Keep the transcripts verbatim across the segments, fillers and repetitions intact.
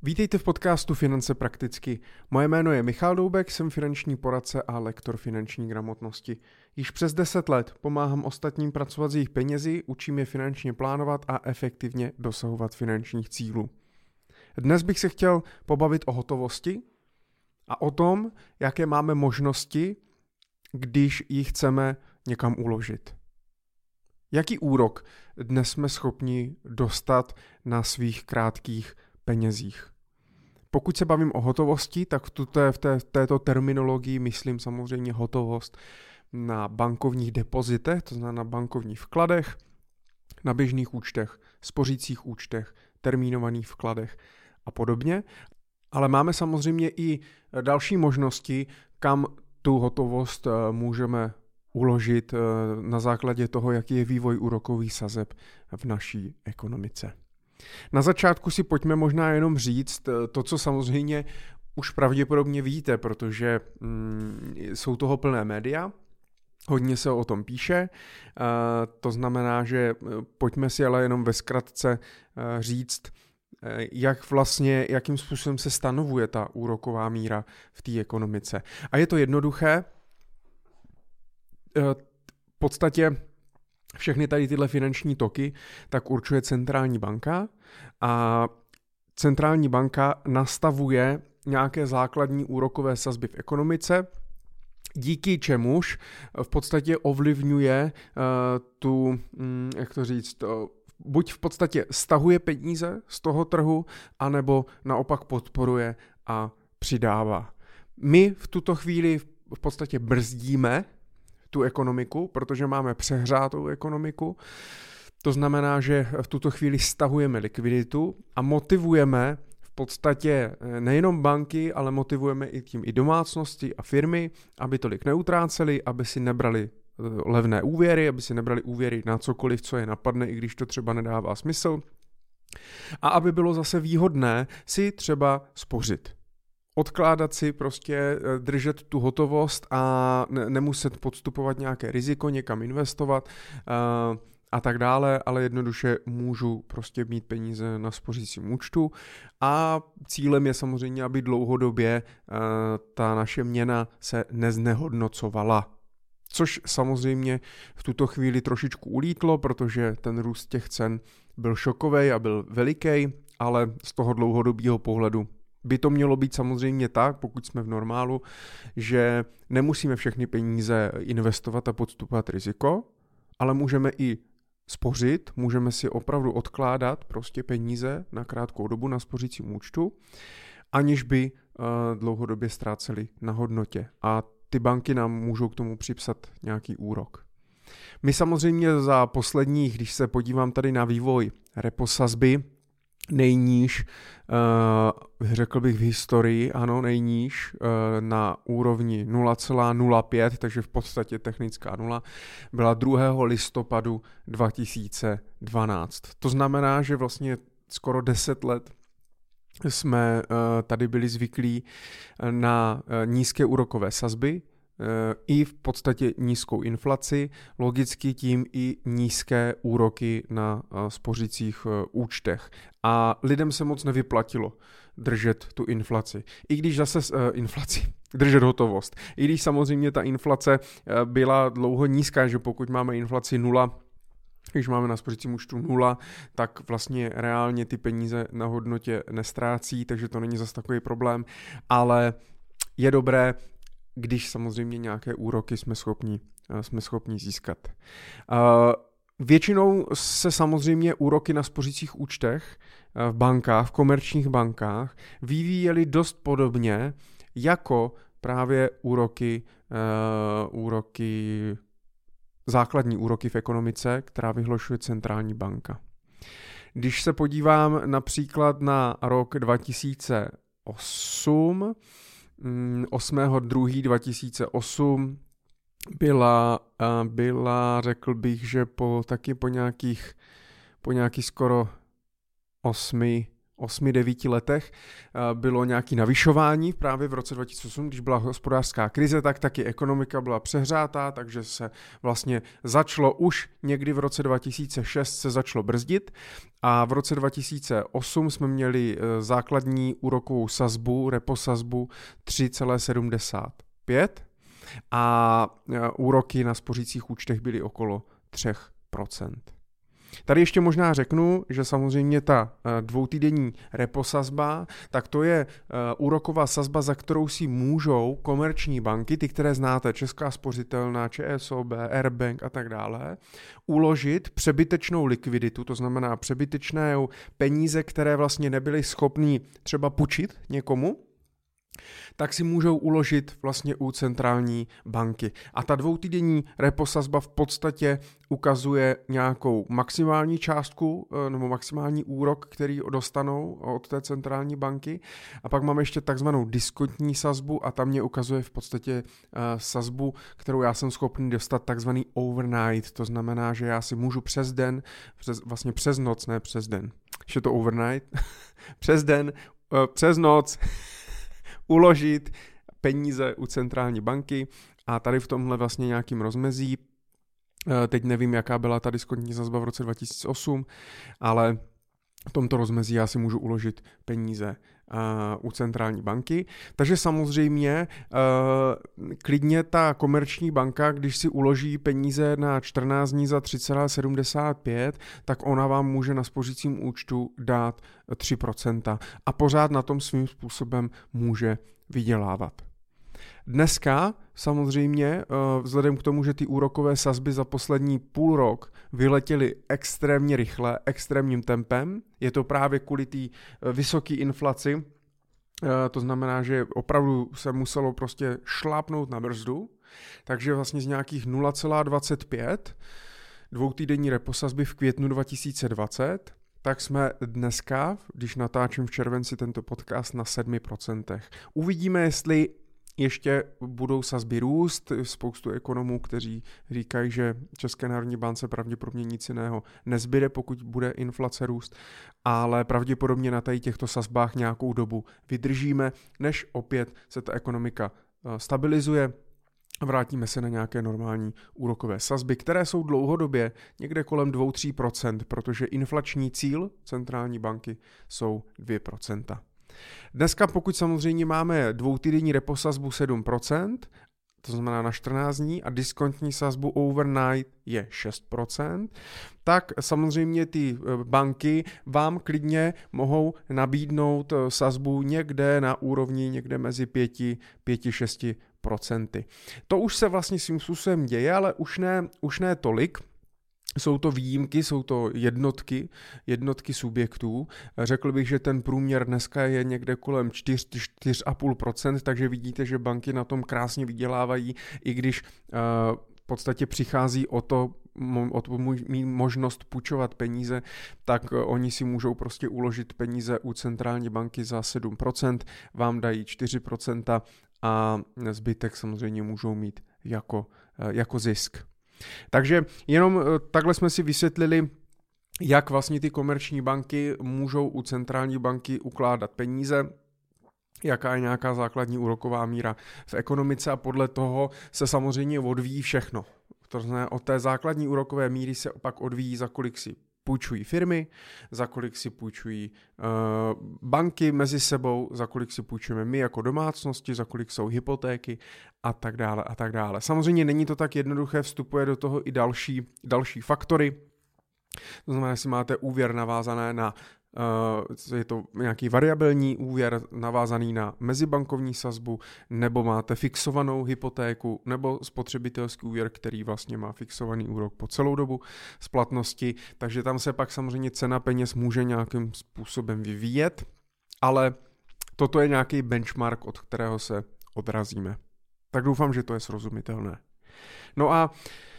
Vítejte v podcastu Finance prakticky. Moje jméno je Michal Doubek, jsem finanční poradce a lektor finanční gramotnosti. Již přes deset let pomáhám ostatním pracovat s jejich penězi, učím je finančně plánovat a efektivně dosahovat finančních cílů. Dnes bych se chtěl pobavit o hotovosti a o tom, jaké máme možnosti, když ji chceme někam uložit. Jaký úrok dnes jsme schopni dostat na svých krátkých penězích? Pokud se bavím o hotovosti, tak v, tuto, v, té, v této terminologii myslím samozřejmě hotovost na bankovních depozitech, to znamená na bankovních vkladech, na běžných účtech, spořících účtech, termínovaných vkladech a podobně. Ale máme samozřejmě i další možnosti, kam tu hotovost můžeme uložit na základě toho, jaký je vývoj úrokových sazeb v naší ekonomice. Na začátku si pojďme možná jenom říct to, co samozřejmě už pravděpodobně víte, protože mm, jsou toho plné média, hodně se o tom píše, uh, to znamená, že pojďme si ale jenom ve zkratce uh, říct, uh, jak vlastně, jakým způsobem se stanovuje ta úroková míra v té ekonomice. A je to jednoduché, uh, v podstatě všechny tady tyhle finanční toky tak určuje centrální banka a centrální banka nastavuje nějaké základní úrokové sazby v ekonomice, díky čemuž v podstatě ovlivňuje uh, tu, um, jak to říct, uh, buď v podstatě stahuje peníze z toho trhu, anebo naopak podporuje a přidává. My v tuto chvíli v podstatě brzdíme tu ekonomiku, protože máme přehřátou ekonomiku. To znamená, že v tuto chvíli stahujeme likviditu a motivujeme v podstatě nejenom banky, ale motivujeme i tím i domácnosti a firmy, aby tolik neutráceli, aby si nebrali levné úvěry, aby si nebrali úvěry na cokoliv, co je napadne, i když to třeba nedává smysl. A aby bylo zase výhodné si třeba spořit. Odkládat si, prostě držet tu hotovost a ne- nemuset podstupovat nějaké riziko, někam investovat uh, a tak dále, ale jednoduše můžu prostě mít peníze na spořícím účtu a cílem je samozřejmě, aby dlouhodobě uh, ta naše měna se neznehodnocovala. Což samozřejmě v tuto chvíli trošičku ulítlo, protože ten růst těch cen byl šokovej a byl veliký, ale z toho dlouhodobého pohledu by to mělo být samozřejmě tak, pokud jsme v normálu, že nemusíme všechny peníze investovat a podstupovat riziko, ale můžeme i spořit, můžeme si opravdu odkládat prostě peníze na krátkou dobu na spořícím účtu, aniž by uh, dlouhodobě ztráceli na hodnotě. A ty banky nám můžou k tomu připsat nějaký úrok. My samozřejmě za posledních, když se podívám tady na vývoj repo sazby, nejníž, uh, řekl bych v historii, ano, nejníž uh, na úrovni nula celá nula pět, takže v podstatě technická nula, byla druhého listopadu dva tisíce dvanáct. To znamená, že vlastně skoro deset let jsme uh, tady byli zvyklí na uh, nízké úrokové sazby, i v podstatě nízkou inflaci, logicky tím i nízké úroky na spořících účtech. A lidem se moc nevyplatilo držet tu inflaci. I když zase uh, inflaci, držet hotovost. I když samozřejmě ta inflace byla dlouho nízká, že pokud máme inflaci nula, když máme na spořícím účtu nula, tak vlastně reálně ty peníze na hodnotě nestrácí, takže to není zase takový problém, ale je dobré, když samozřejmě nějaké úroky jsme schopni, jsme schopni získat. Většinou se samozřejmě úroky na spořících účtech v bankách, v komerčních bankách vyvíjely dost podobně jako právě úroky, úroky, základní úroky v ekonomice, která vyhlašuje centrální banka. Když se podívám například na rok dva tisíce osm, osmého druhého dva tisíce osm byla, byla, řekl bych, že po taky po nějakých, po nějakých skoro osmi, osmi devíti letech bylo nějaké navyšování právě v roce dva tisíce osm, když byla hospodářská krize, tak taky ekonomika byla přehřátá, takže se vlastně začalo už někdy v roce dva tisíce šest se začalo brzdit a v roce dva tisíce osm jsme měli základní úrokovou sazbu, repo sazbu tři celá sedmdesát pět a úroky na spořících účtech byly okolo tři procenta. Tady ještě možná řeknu, že samozřejmě ta dvoutýdenní repo sazba, tak to je úroková sazba, za kterou si můžou komerční banky, ty, které znáte, Česká spořitelná, ČSOB, Airbank a tak dále, uložit přebytečnou likviditu, to znamená přebytečné peníze, které vlastně nebyly schopní třeba půjčit někomu, tak si můžou uložit vlastně u centrální banky. A ta dvoutýdenní repo sazba v podstatě ukazuje nějakou maximální částku nebo maximální úrok, který dostanou od té centrální banky. A pak máme ještě takzvanou diskontní sazbu a tam mě ukazuje v podstatě sazbu, kterou já jsem schopný dostat takzvaný overnight. To znamená, že já si můžu přes den, přes, vlastně přes noc, ne přes den, ještě to overnight, přes den, přes noc uložit peníze u centrální banky a tady v tomhle vlastně nějakým rozmezí, teď nevím, jaká byla ta diskontní sazba v roce dva tisíce osm, ale v tomto rozmezí já si můžu uložit peníze uh, u centrální banky. Takže samozřejmě uh, klidně ta komerční banka, když si uloží peníze na čtrnáct dní za tři celá sedmdesát pět, tak ona vám může na spořícím účtu dát tři procenta a pořád na tom svým způsobem může vydělávat. Dneska samozřejmě vzhledem k tomu, že ty úrokové sazby za poslední půl rok vyletěly extrémně rychle, extrémním tempem, je to právě kvůli té vysoké inflaci, to znamená, že opravdu se muselo prostě šlápnout na brzdu, takže vlastně z nějakých nula celá dvacet pět dvoutýdenní repo sazby v květnu dva tisíce dvacet, tak jsme dneska, když natáčím v červenci tento podcast, na sedm procent. Uvidíme, jestli ještě budou sazby růst. Spoustu ekonomů, kteří říkají, že České národní bance pravděpodobně nic jiného nezbyde, pokud bude inflace růst, ale pravděpodobně na tady těchto sazbách nějakou dobu vydržíme, než opět se ta ekonomika stabilizuje. Vrátíme se na nějaké normální úrokové sazby, které jsou dlouhodobě někde kolem dva až tři procenta, protože inflační cíl centrální banky jsou dvě procenta. Dneska pokud samozřejmě máme dvoutýdenní repo sazbu sedm procent, to znamená na čtrnáct dní, a diskontní sazbu overnight je šest procent, tak samozřejmě ty banky vám klidně mohou nabídnout sazbu někde na úrovni někde mezi pět až šest procenty. To už se vlastně svým způsobem děje, ale už ne, už ne tolik. Jsou to výjimky, jsou to jednotky, jednotky subjektů. Řekl bych, že ten průměr dneska je někde kolem čtyři až čtyři celá pět procenta, takže vidíte, že banky na tom krásně vydělávají, i když uh, v podstatě přichází o to, o to mít možnost půjčovat peníze, tak uh, oni si můžou prostě uložit peníze u centrální banky za sedm procent, vám dají čtyři procenta a zbytek samozřejmě můžou mít jako, uh, jako zisk. Takže jenom takhle jsme si vysvětlili, jak vlastně ty komerční banky můžou u centrální banky ukládat peníze, jaká je nějaká základní úroková míra v ekonomice a podle toho se samozřejmě odvíjí všechno. To znamená, od té základní úrokové míry se opak odvíjí, za kolik si půjčují firmy, za kolik si půjčují uh, banky mezi sebou, za kolik si půjčujeme my jako domácnosti, za kolik jsou hypotéky a tak dále a tak dále. Samozřejmě není to tak jednoduché, vstupuje do toho i další, další faktory. To znamená, jestli máte úvěr navázané na Uh, je to nějaký variabilní úvěr navázaný na mezibankovní sazbu, nebo máte fixovanou hypotéku, nebo spotřebitelský úvěr, který vlastně má fixovaný úrok po celou dobu splatnosti, takže tam se pak samozřejmě cena peněz může nějakým způsobem vyvíjet, ale toto je nějaký benchmark, od kterého se odrazíme. Tak doufám, že to je srozumitelné. No a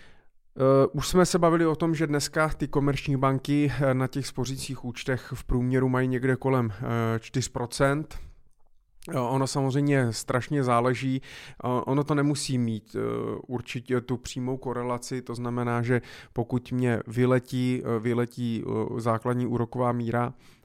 Uh, už jsme se bavili o tom, že dneska ty komerční banky na těch spořících účtech v průměru mají někde kolem uh, čtyři procenta. Uh, ono samozřejmě strašně záleží, uh, ono to nemusí mít uh, určitě tu přímou korelaci, to znamená, že pokud mě vyletí, uh, vyletí uh, základní úroková míra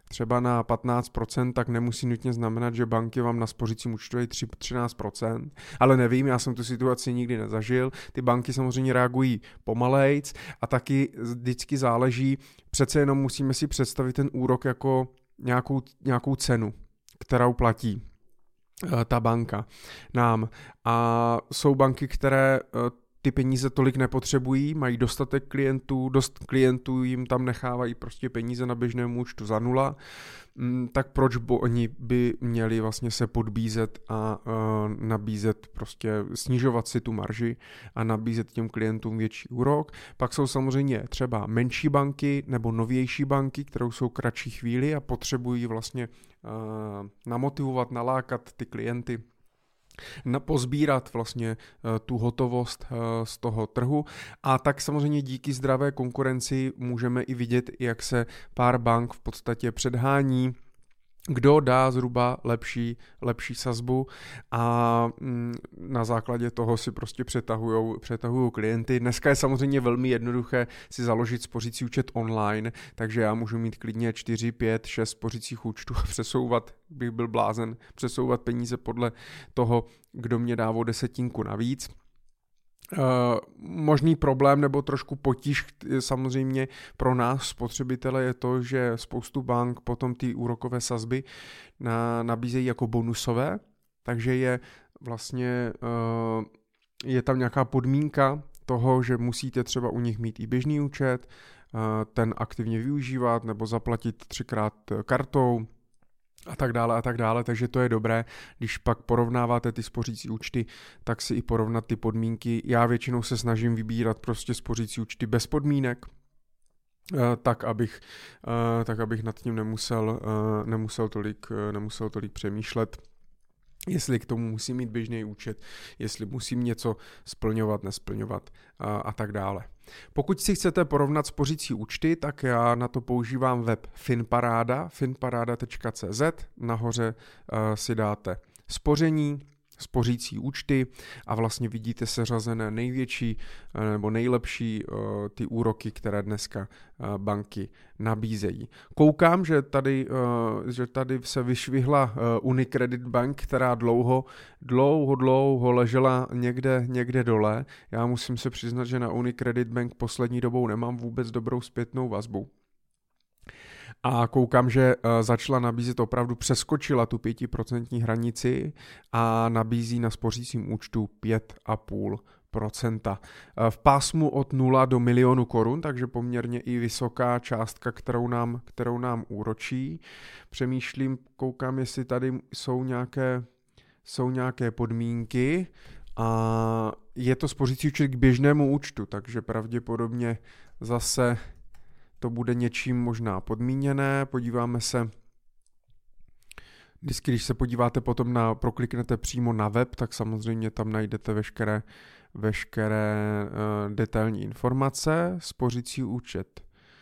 třeba na patnáct procent, tak nemusí nutně znamenat, že banky vám na spořícím účtu dají třináct procent, ale nevím, já jsem tu situaci nikdy nezažil. Ty banky samozřejmě reagují pomalejc a taky vždycky záleží, přece jenom musíme si představit ten úrok jako nějakou, nějakou cenu, kterou platí ta banka nám. A jsou banky, které ty peníze tolik nepotřebují, mají dostatek klientů, dost klientů jim tam nechávají prostě peníze na běžném účtu za nula, tak proč bo oni by měli vlastně se podbízet a uh, nabízet prostě, snižovat si tu marži a nabízet těm klientům větší úrok. Pak jsou samozřejmě třeba menší banky nebo novější banky, které jsou kratší chvíli a potřebují vlastně uh, namotivovat, nalákat ty klienty, na pozbírat vlastně uh, tu hotovost uh, z toho trhu a tak samozřejmě díky zdravé konkurenci můžeme i vidět, jak se pár bank v podstatě předhání, kdo dá zhruba lepší, lepší sazbu a mm, na základě toho si prostě přetahujou, přetahujou klienty. Dneska je samozřejmě velmi jednoduché si založit spořící účet online, takže já můžu mít klidně čtyři, pět, šest spořících účtů a přesouvat, bych byl blázen, přesouvat peníze podle toho, kdo mě dá o desetinku navíc. Uh, možný problém nebo trošku potíž samozřejmě pro nás spotřebitele je to, že spoustu bank potom ty úrokové sazby na, nabízejí jako bonusové, takže je vlastně uh, je tam nějaká podmínka toho, že musíte třeba u nich mít i běžný účet, uh, ten aktivně využívat nebo zaplatit třikrát kartou a tak dále a tak dále, takže to je dobré, když pak porovnáváte ty spořící účty, tak si i porovnat ty podmínky. Já většinou se snažím vybírat prostě spořící účty bez podmínek, tak abych, tak abych nad tím nemusel, nemusel tolik, nemusel tolik přemýšlet, jestli k tomu musím mít běžný účet, jestli musím něco splňovat, nesplňovat a, a tak dále. Pokud si chcete porovnat spořící účty, tak já na to používám web Finparáda, finparáda tečka cé zet, nahoře uh, si dáte spoření, spořící účty a vlastně vidíte seřazené největší nebo nejlepší uh, ty úroky, které dneska uh, banky nabízejí. Koukám, že tady, uh, že tady se vyšvihla uh, Unicredit Bank, která dlouho, dlouho, dlouho ležela někde, někde dole. Já musím se přiznat, že na Unicredit Bank poslední dobou nemám vůbec dobrou zpětnou vazbu. A koukám, že začala nabízet, opravdu přeskočila tu pětiprocentní hranici a nabízí na spořícím účtu pět celá pět procenta. V pásmu od nula do milionu korun, takže poměrně i vysoká částka, kterou nám, kterou nám úročí. Přemýšlím, koukám, jestli tady jsou nějaké, jsou nějaké podmínky a je to spořící účet k běžnému účtu, takže pravděpodobně zase to bude něčím možná podmíněné. Podíváme se, vždycky, když se podíváte potom na, prokliknete přímo na web, tak samozřejmě tam najdete veškeré, veškeré uh, detailní informace. Spořící účet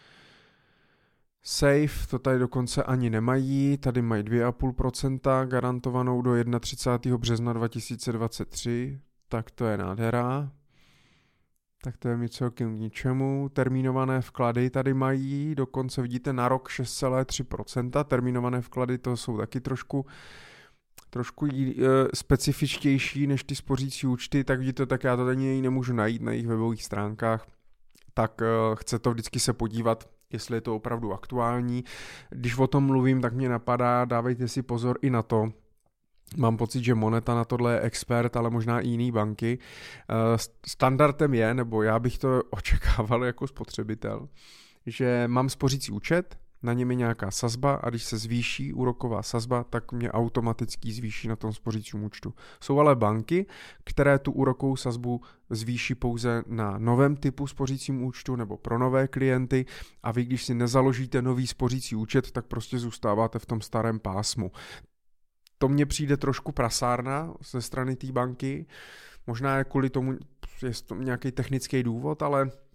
Safe, to tady dokonce ani nemají, tady mají dvě celá pět procenta garantovanou do třicátého prvního března dva tisíce dvacet tři, tak to je nádhera. Tak to je mi celkem k ničemu. Termínované vklady tady mají, dokonce vidíte na rok šest celá tři procenta. Termínované vklady to jsou taky trošku, trošku jí, e, specifičtější než ty spořící účty, tak vidíte, tak já to tady nemůžu najít na jejich webových stránkách. Tak e, chce to vždycky se podívat, jestli je to opravdu aktuální. Když o tom mluvím, tak mě napadá, dávejte si pozor i na to. Mám pocit, že Moneta na tohle je expert, ale možná i jiný banky. Standardem je, nebo já bych to očekával jako spotřebitel, že mám spořící účet, na něm je nějaká sazba a když se zvýší úroková sazba, tak mě automaticky zvýší na tom spořícím účtu. Jsou ale banky, které tu úrokovou sazbu zvýší pouze na novém typu spořícím účtu nebo pro nové klienty a vy, když si nezaložíte nový spořící účet, tak prostě zůstáváte v tom starém pásmu. To mně přijde trošku prasárna ze strany té banky, možná je kvůli tomu, je to nějaký technický důvod, ale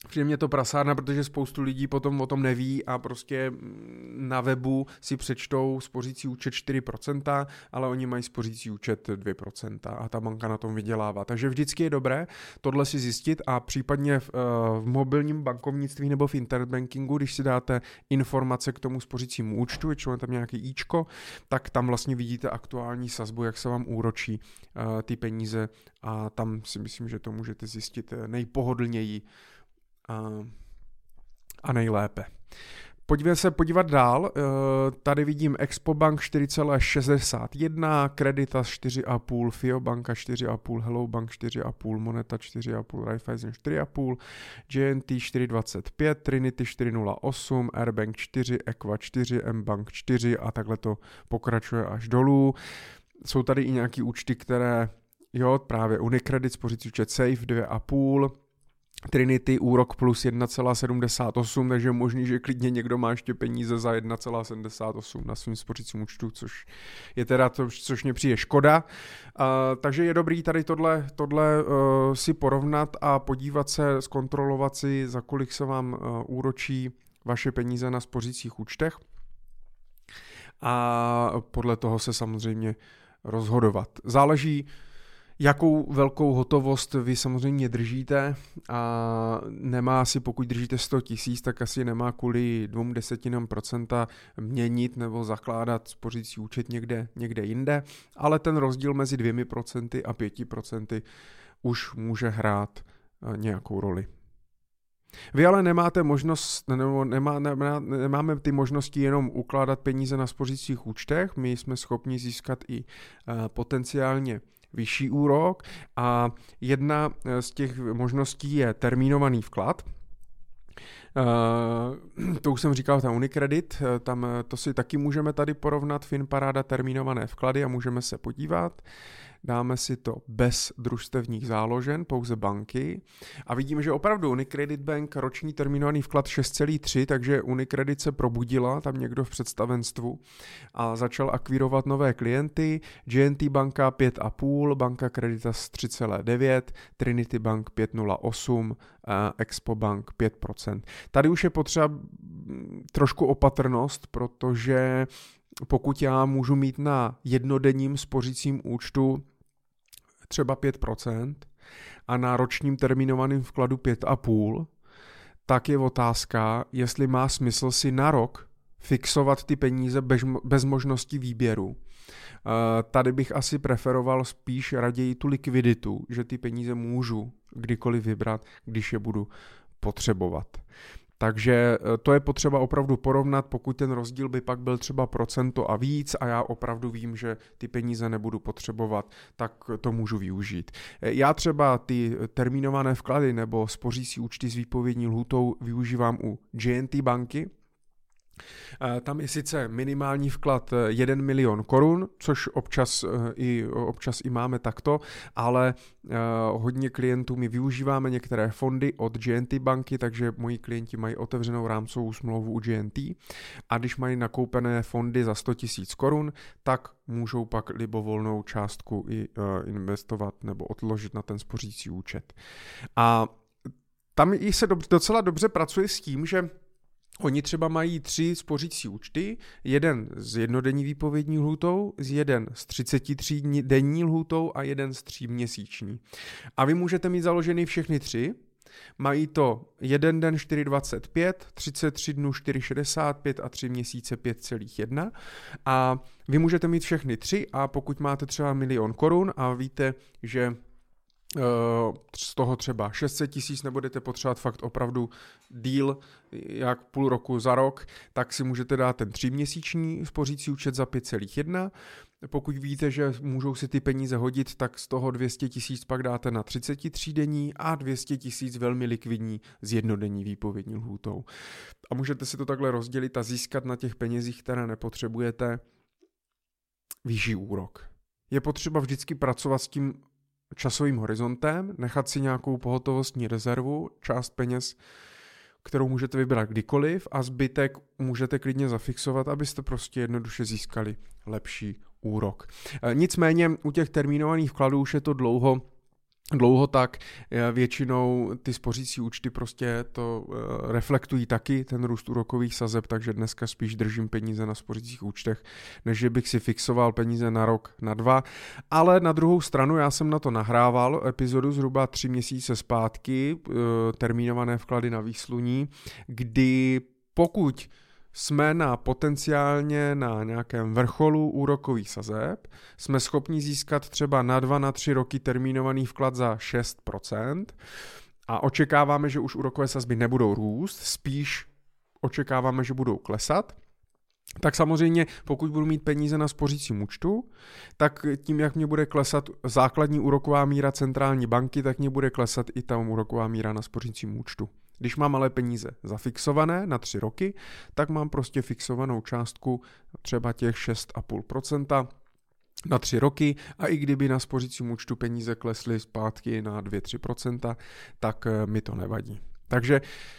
Přijde mě to prasárna, protože spoustu lidí potom o tom neví a prostě na webu si přečtou spořící účet čtyři procenta, ale oni mají spořící účet dvě procenta a ta banka na tom vydělává. Takže vždycky je dobré tohle si zjistit a případně v, v mobilním bankovnictví nebo v internet bankingu, když si dáte informace k tomu spořícímu účtu, většinou je tam nějaký íčko, tak tam vlastně vidíte aktuální sazbu, jak se vám úročí uh, ty peníze a tam si myslím, že to můžete zjistit nejpohodlněji A, a nejlépe. Pojďme se podívat dál. Tady vidím Expobank čtyři celá šedesát jedna, Creditas čtyři celá pět, Fiobanka čtyři celá pět, Hellobank čtyři celá pět, Moneta čtyři celá pět, Raiffeisen čtyři celá pět, J N T čtyři celá dvacet pět, Trinity čtyři celá nula osm, Airbank čtyři, Equa čtyři, Mbank čtyři a takhle to pokračuje až dolů. Jsou tady i nějaký účty, které, jo, právě Unicredit, spořící účet Safe dvě celá pět, Trinity úrok plus jedna celá sedmdesát osm, takže je možný, že klidně někdo má ještě peníze za jedna celá sedmdesát osm na svým spořícím účtu, což je teda to, což mě přijde škoda. Uh, takže je dobrý tady tohle, tohle uh, si porovnat a podívat se, zkontrolovat si, za kolik se vám uh, úročí vaše peníze na spořících účtech a podle toho se samozřejmě rozhodovat. Záleží, jakou velkou hotovost vy samozřejmě držíte a nemá asi, pokud držíte sto tisíc, tak asi nemá kvůli dvou desetinám procenta měnit nebo zakládat spořící účet někde, někde jinde, ale ten rozdíl mezi dvěmi procenty a pěti procenty už může hrát nějakou roli. Vy ale nemáte možnost, nebo nemá, nemá, nemáme ty možnosti jenom ukládat peníze na spořících účtech, my jsme schopni získat i uh, potenciálně vyšší úrok a jedna z těch možností je termínovaný vklad. Uh, to už jsem říkal, ta Unicredit, tam to si taky můžeme tady porovnat, Finparáda termínované vklady a můžeme se podívat. Dáme si to bez družstevních záložen, pouze banky a vidíme, že opravdu Unicredit Bank roční termínovaný vklad šest celá tři, takže Unicredit se probudila tam někdo v představenstvu a začal akvírovat nové klienty, J N T banka pět celá pět, banka Creditas tři celá devět, Trinity Bank pět celá nula osm, Expo Bank pět procent. Tady už je potřeba trošku opatrnost, protože pokud já můžu mít na jednodenním spořícím účtu třeba pět procent a na ročním termínovaném vkladu pět celá pět, tak je otázka, jestli má smysl si na rok fixovat ty peníze bez, bez možnosti výběru. Tady bych asi preferoval spíš raději tu likviditu, že ty peníze můžu kdykoliv vybrat, když je budu potřebovat. Takže to je potřeba opravdu porovnat, pokud ten rozdíl by pak byl třeba procento a víc a já opravdu vím, že ty peníze nebudu potřebovat, tak to můžu využít. Já třeba ty termínované vklady nebo spořící účty s výpovědní lhůtou využívám u J N T banky. Tam je sice minimální vklad jeden milion korun, což občas i, občas i máme takto, ale hodně klientů my využíváme některé fondy od J N T banky, takže moji klienti mají otevřenou rámcovou smlouvu u J N T a když mají nakoupené fondy za sto tisíc korun, tak můžou pak libovolnou částku i investovat nebo odložit na ten spořící účet. A tam i se docela dobře pracuje s tím, že oni třeba mají tři spořící účty, jeden s jednodenní výpovědní lhůtou, jeden s třicet tři denní lhůtou a jeden s tříměsíční. A vy můžete mít založený všechny tři, mají to jeden den čtyři celá dvacet pět, třicet tři dnů čtyři celá šedesát pět a tři měsíce pět celá jedna a vy můžete mít všechny tři a pokud máte třeba milion korun a víte, že z toho třeba šest set tisíc nebudete potřebovat fakt opravdu díl jak půl roku za rok, tak si můžete dát ten tříměsíční spořící účet za pět celá jedna. Pokud víte, že můžou si ty peníze hodit, tak z toho dvě stě tisíc pak dáte na třicet tři denní a dvě stě tisíc velmi likvidní s jednodenní výpovědní lhůtou. A můžete si to takhle rozdělit a získat na těch penězích, které nepotřebujete, vyšší úrok. Je potřeba vždycky pracovat s tím časovým horizontem, nechat si nějakou pohotovostní rezervu, část peněz, kterou můžete vybrat kdykoliv a zbytek můžete klidně zafixovat, abyste prostě jednoduše získali lepší úrok. Nicméně u těch termínovaných vkladů už je to dlouho dlouho tak, většinou ty spořící účty prostě to reflektují taky, ten růst úrokových sazeb, takže dneska spíš držím peníze na spořících účtech, než že bych si fixoval peníze na rok, na dva. Ale na druhou stranu já jsem na to nahrával epizodu zhruba tři měsíce zpátky, termínované vklady na výsluní, kdy pokud jsme na potenciálně na nějakém vrcholu úrokových sazeb, jsme schopni získat třeba na dva, na tři roky termínovaný vklad za šest procent a očekáváme, že už úrokové sazby nebudou růst, spíš očekáváme, že budou klesat, tak samozřejmě pokud budu mít peníze na spořícím účtu, tak tím, jak mě bude klesat základní úroková míra centrální banky, tak mě bude klesat i ta úroková míra na spořícím účtu. Když mám ale peníze zafixované na tři roky, tak mám prostě fixovanou částku třeba těch šest celá pět procenta na tři roky a i kdyby na spořícím účtu peníze klesly zpátky na dvě až tři procenta, tak mi to nevadí. Takže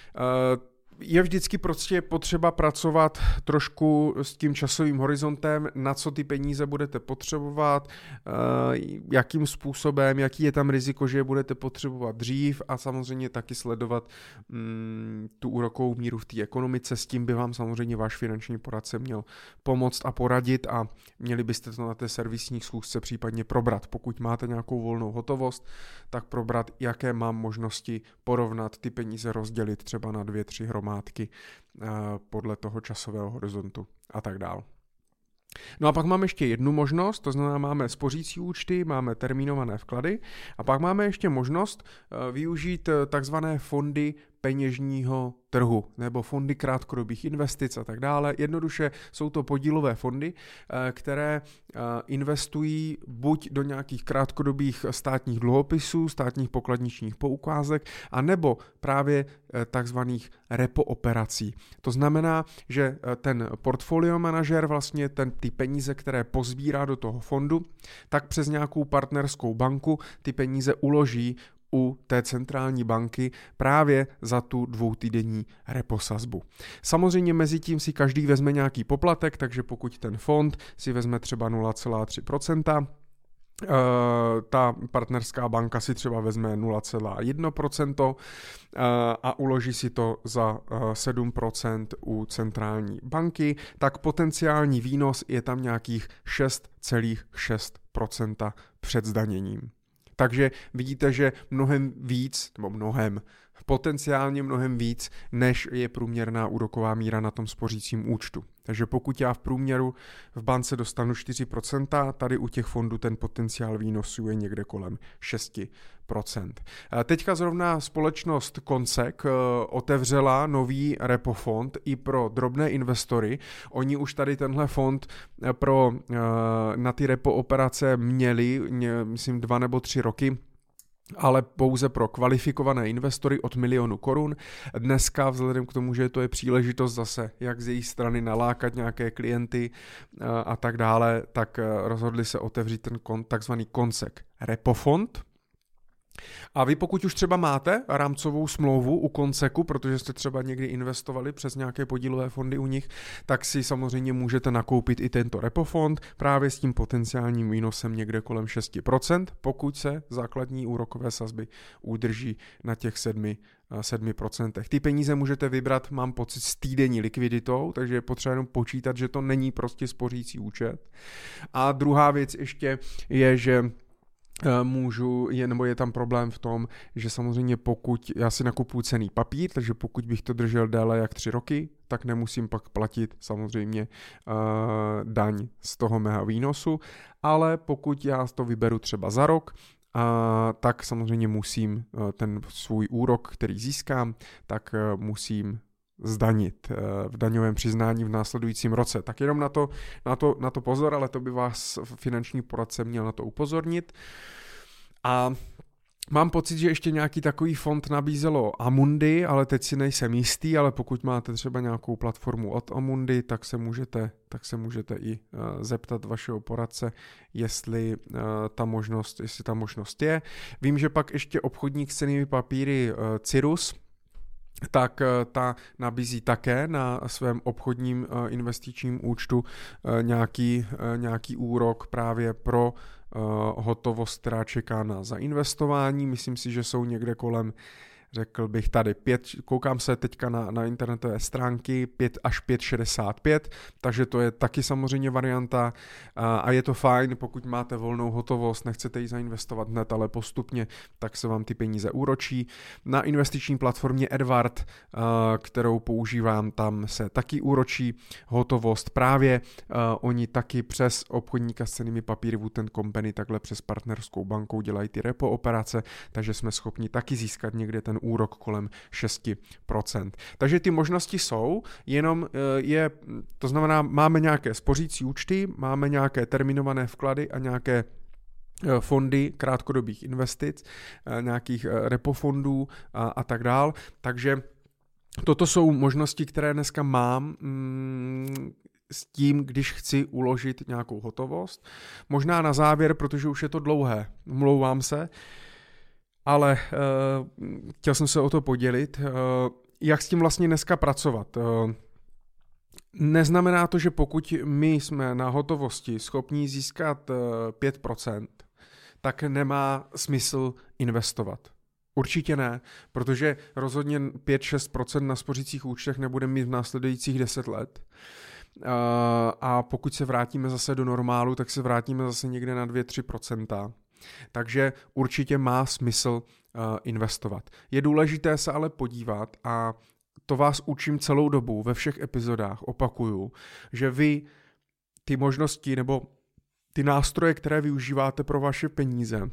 je vždycky prostě potřeba pracovat trošku s tím časovým horizontem, na co ty peníze budete potřebovat, jakým způsobem, jaký je tam riziko, že je budete potřebovat dřív a samozřejmě taky sledovat mm, tu úrokovou míru v té ekonomice. S tím by vám samozřejmě váš finanční poradce měl pomoct a poradit a měli byste to na té servisní schůzce případně probrat. Pokud máte nějakou volnou hotovost, tak probrat, jaké mám možnosti porovnat ty peníze, rozdělit třeba na dvě, tři hromady mátky podle toho časového horizontu a tak dál. No a pak máme ještě jednu možnost, to znamená máme spořící účty, máme termínované vklady a pak máme ještě možnost využít takzvané fondy peněžního trhu nebo fondy krátkodobých investic a tak dále. Jednoduše jsou to podílové fondy, které investují buď do nějakých krátkodobých státních dluhopisů, státních pokladničních poukázek, anebo právě takzvaných repo operací. To znamená, že ten portfolio manažer vlastně ten, ty peníze, které pozbírá do toho fondu, tak přes nějakou partnerskou banku ty peníze uloží u té centrální banky právě za tu dvoutýdenní repo sazbu. Samozřejmě mezi tím si každý vezme nějaký poplatek, takže pokud ten fond si vezme třeba nula celá tři procenta, ta partnerská banka si třeba vezme nula celá jedna procenta a uloží si to za sedm procent u centrální banky, tak potenciální výnos je tam nějakých šest celá šest procenta před zdaněním. Takže vidíte, že mnohem víc, nebo mnohem, potenciálně mnohem víc, než je průměrná úroková míra na tom spořícím účtu. Takže pokud já v průměru v bance dostanu čtyři procenta, tady u těch fondů ten potenciál výnosu je někde kolem šest procent. Teďka zrovna společnost Consec otevřela nový repo fond i pro drobné investory. Oni už tady tenhle fond pro, na ty repo operace měli, myslím, dva nebo tři roky, ale pouze pro kvalifikované investory od milionu korun. Dneska vzhledem k tomu, že to je příležitost zase, jak z jejich strany nalákat nějaké klienty a tak dále, tak rozhodli se otevřít ten takzvaný Consec repo fond. A vy pokud už třeba máte rámcovou smlouvu u Consecu, protože jste třeba někdy investovali přes nějaké podílové fondy u nich, tak si samozřejmě můžete nakoupit i tento repo fond právě s tím potenciálním výnosem někde kolem šest procent, pokud se základní úrokové sazby udrží na těch sedm procent. Ty peníze můžete vybrat, mám pocit, s týdenní likviditou, takže je potřeba jenom počítat, že to není prostě spořící účet. A druhá věc ještě je, že můžu, je, nebo je tam problém v tom, že samozřejmě pokud já si nakupuju cenný papír, takže pokud bych to držel déle jak tři roky, tak nemusím pak platit samozřejmě uh, daň z toho mého výnosu, ale pokud já to vyberu třeba za rok, uh, tak samozřejmě musím uh, ten svůj úrok, který získám, tak uh, musím zdanit v daňovém přiznání v následujícím roce. Tak jenom na to, na to, na to pozor, ale to by vás finanční poradce měl na to upozornit. A mám pocit, že ještě nějaký takový fond nabízelo Amundi, ale teď si nejsem jistý, ale pokud máte třeba nějakou platformu od Amundi, tak se můžete, tak se můžete i uh, zeptat vašeho poradce, jestli uh, ta možnost, jestli ta možnost je. Vím, že pak ještě obchodník s cennými papíry uh, Cyrus tak ta nabízí také na svém obchodním investičním účtu nějaký, nějaký úrok právě pro hotovost, která čeká na zainvestování. Myslím si, že jsou někde kolem, řekl bych tady pět, koukám se teďka na, na internetové stránky, pět až pět šedesát pět, takže to je taky samozřejmě varianta a, a je to fajn, pokud máte volnou hotovost, nechcete ji zainvestovat hned, ale postupně, tak se vám ty peníze úročí. Na investiční platformě Edward, a, kterou používám, tam se taky úročí hotovost právě, a, oni taky přes obchodníka s cennými papíry Wood and Company, takhle přes partnerskou bankou dělají ty repo operace, takže jsme schopni taky získat někde ten úrok kolem šest procent. Takže ty možnosti jsou, jenom je, to znamená, máme nějaké spořící účty, máme nějaké terminované vklady a nějaké fondy krátkodobých investic, nějakých repo fondů a, a tak dál. Takže toto jsou možnosti, které dneska mám mm, s tím, když chci uložit nějakou hotovost. Možná na závěr, protože už je to dlouhé, mlouvám se, ale uh, chtěl jsem se o to podělit, uh, jak s tím vlastně dneska pracovat. Uh, neznamená to, že pokud my jsme na hotovosti schopni získat uh, pět procent, tak nemá smysl investovat. Určitě ne, protože rozhodně pět až šest procent na spořících účtech nebudeme mít v následujících deset let. Uh, a pokud se vrátíme zase do normálu, tak se vrátíme zase někde na dvě až tři procenta. Takže určitě má smysl uh, investovat. Je důležité se ale podívat, a to vás učím celou dobu ve všech epizodách, opakuju, že vy ty možnosti nebo ty nástroje, které využíváte pro vaše peníze,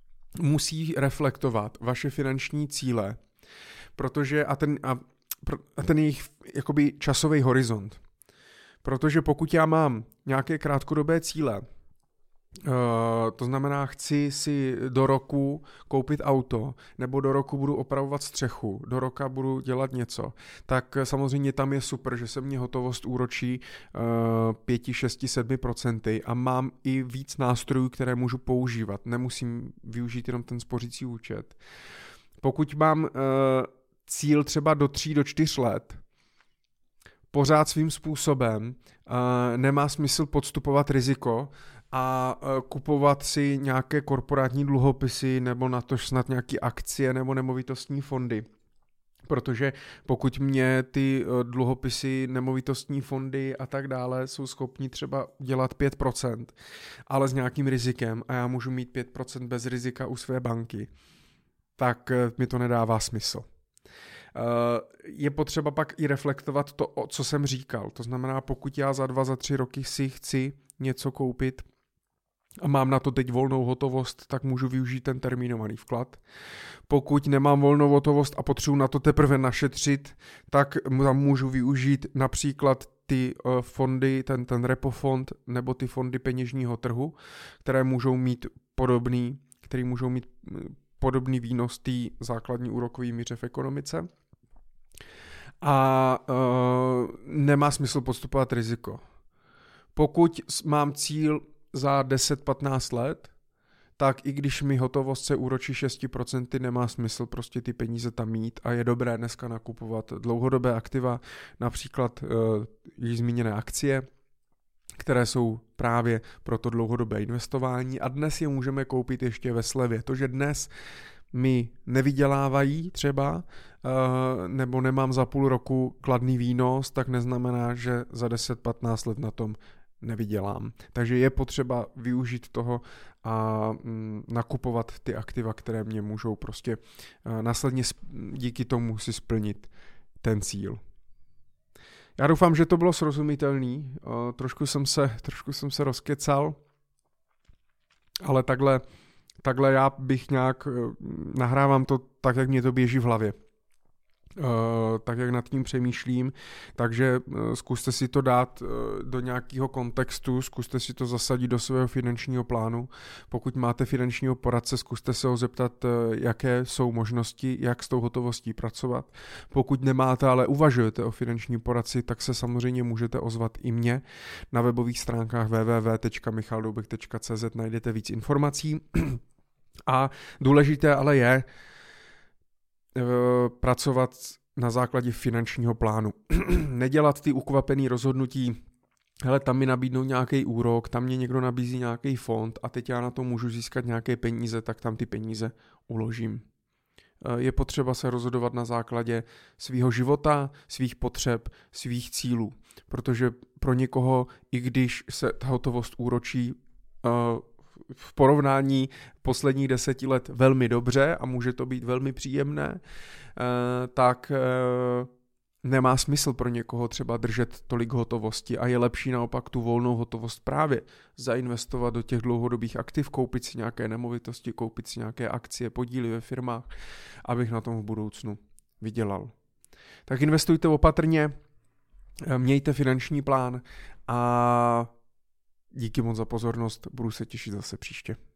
musí reflektovat vaše finanční cíle, protože a ten, a, a ten jejich jakoby časový horizont. Protože pokud já mám nějaké krátkodobé cíle, Uh, to znamená, chci si do roku koupit auto, nebo do roku budu opravovat střechu, do roka budu dělat něco, tak samozřejmě tam je super, že se mě hotovost úročí uh, pět, šest, sedm procent a mám i víc nástrojů, které můžu používat. Nemusím využít jenom ten spořící účet. Pokud mám uh, cíl třeba do tří, do čtyř let, pořád svým způsobem uh, nemá smysl podstupovat riziko a kupovat si nějaké korporátní dluhopisy nebo na to snad nějaké akcie nebo nemovitostní fondy. Protože pokud mě ty dluhopisy, nemovitostní fondy a tak dále jsou schopni třeba udělat pět procent, ale s nějakým rizikem a já můžu mít pět procent bez rizika u své banky, tak mi to nedává smysl. Je potřeba pak i reflektovat to, co jsem říkal. To znamená, pokud já za dva, za tři roky si chci něco koupit a mám na to teď volnou hotovost, tak můžu využít ten termínovaný vklad. Pokud nemám volnou hotovost a potřebuji na to teprve našetřit, tak tam můžu využít například ty fondy, ten, ten repo fond nebo ty fondy peněžního trhu, které můžou mít podobný, které můžou mít podobný výnos té základní úrokové míře v ekonomice. A uh, nemá smysl podstupovat riziko. Pokud mám cíl za deset patnáct let, tak i když mi hotovost se úročí šest procent, nemá smysl prostě ty peníze tam mít a je dobré dneska nakupovat dlouhodobé aktiva, například uh, již zmíněné akcie, které jsou právě pro to dlouhodobé investování a dnes je můžeme koupit ještě ve slevě. To, že dnes mi nevydělávají třeba, uh, nebo nemám za půl roku kladný výnos, tak neznamená, že za deset patnáct let na tom nevydělám. Takže je potřeba využít toho a mm, nakupovat ty aktiva, které mě můžou prostě uh, následně sp- díky tomu si splnit ten cíl. Já doufám, že to bylo srozumitelný. Uh, trošku jsem se, trošku jsem se rozkecal, ale takhle Takhle já bych nějak, nahrávám to tak, jak mě to běží v hlavě. Uh, tak, jak nad tím přemýšlím, takže uh, zkuste si to dát uh, do nějakého kontextu, zkuste si to zasadit do svého finančního plánu. Pokud máte finančního poradce, zkuste se ho zeptat, uh, jaké jsou možnosti, jak s tou hotovostí pracovat. Pokud nemáte, ale uvažujete o finanční poradci, tak se samozřejmě můžete ozvat i mě. Na webových stránkách w w w tečka michal doubek tečka c z najdete víc informací. A důležité ale je pracovat na základě finančního plánu. Nedělat ty ukvapený rozhodnutí, hele, tam mi nabídnou nějaký úrok, tam mě někdo nabízí nějaký fond a teď já na to můžu získat nějaké peníze, tak tam ty peníze uložím. Je potřeba se rozhodovat na základě svého života, svých potřeb, svých cílů, protože pro někoho, i když se ta hotovost úročí v porovnání posledních deseti let velmi dobře a může to být velmi příjemné, tak nemá smysl pro někoho třeba držet tolik hotovosti a je lepší naopak tu volnou hotovost právě zainvestovat do těch dlouhodobých aktiv, koupit si nějaké nemovitosti, koupit si nějaké akcie, podíly ve firmách, abych na tom v budoucnu vydělal. Tak investujte opatrně, mějte finanční plán a díky moc za pozornost, budu se těšit zase příště.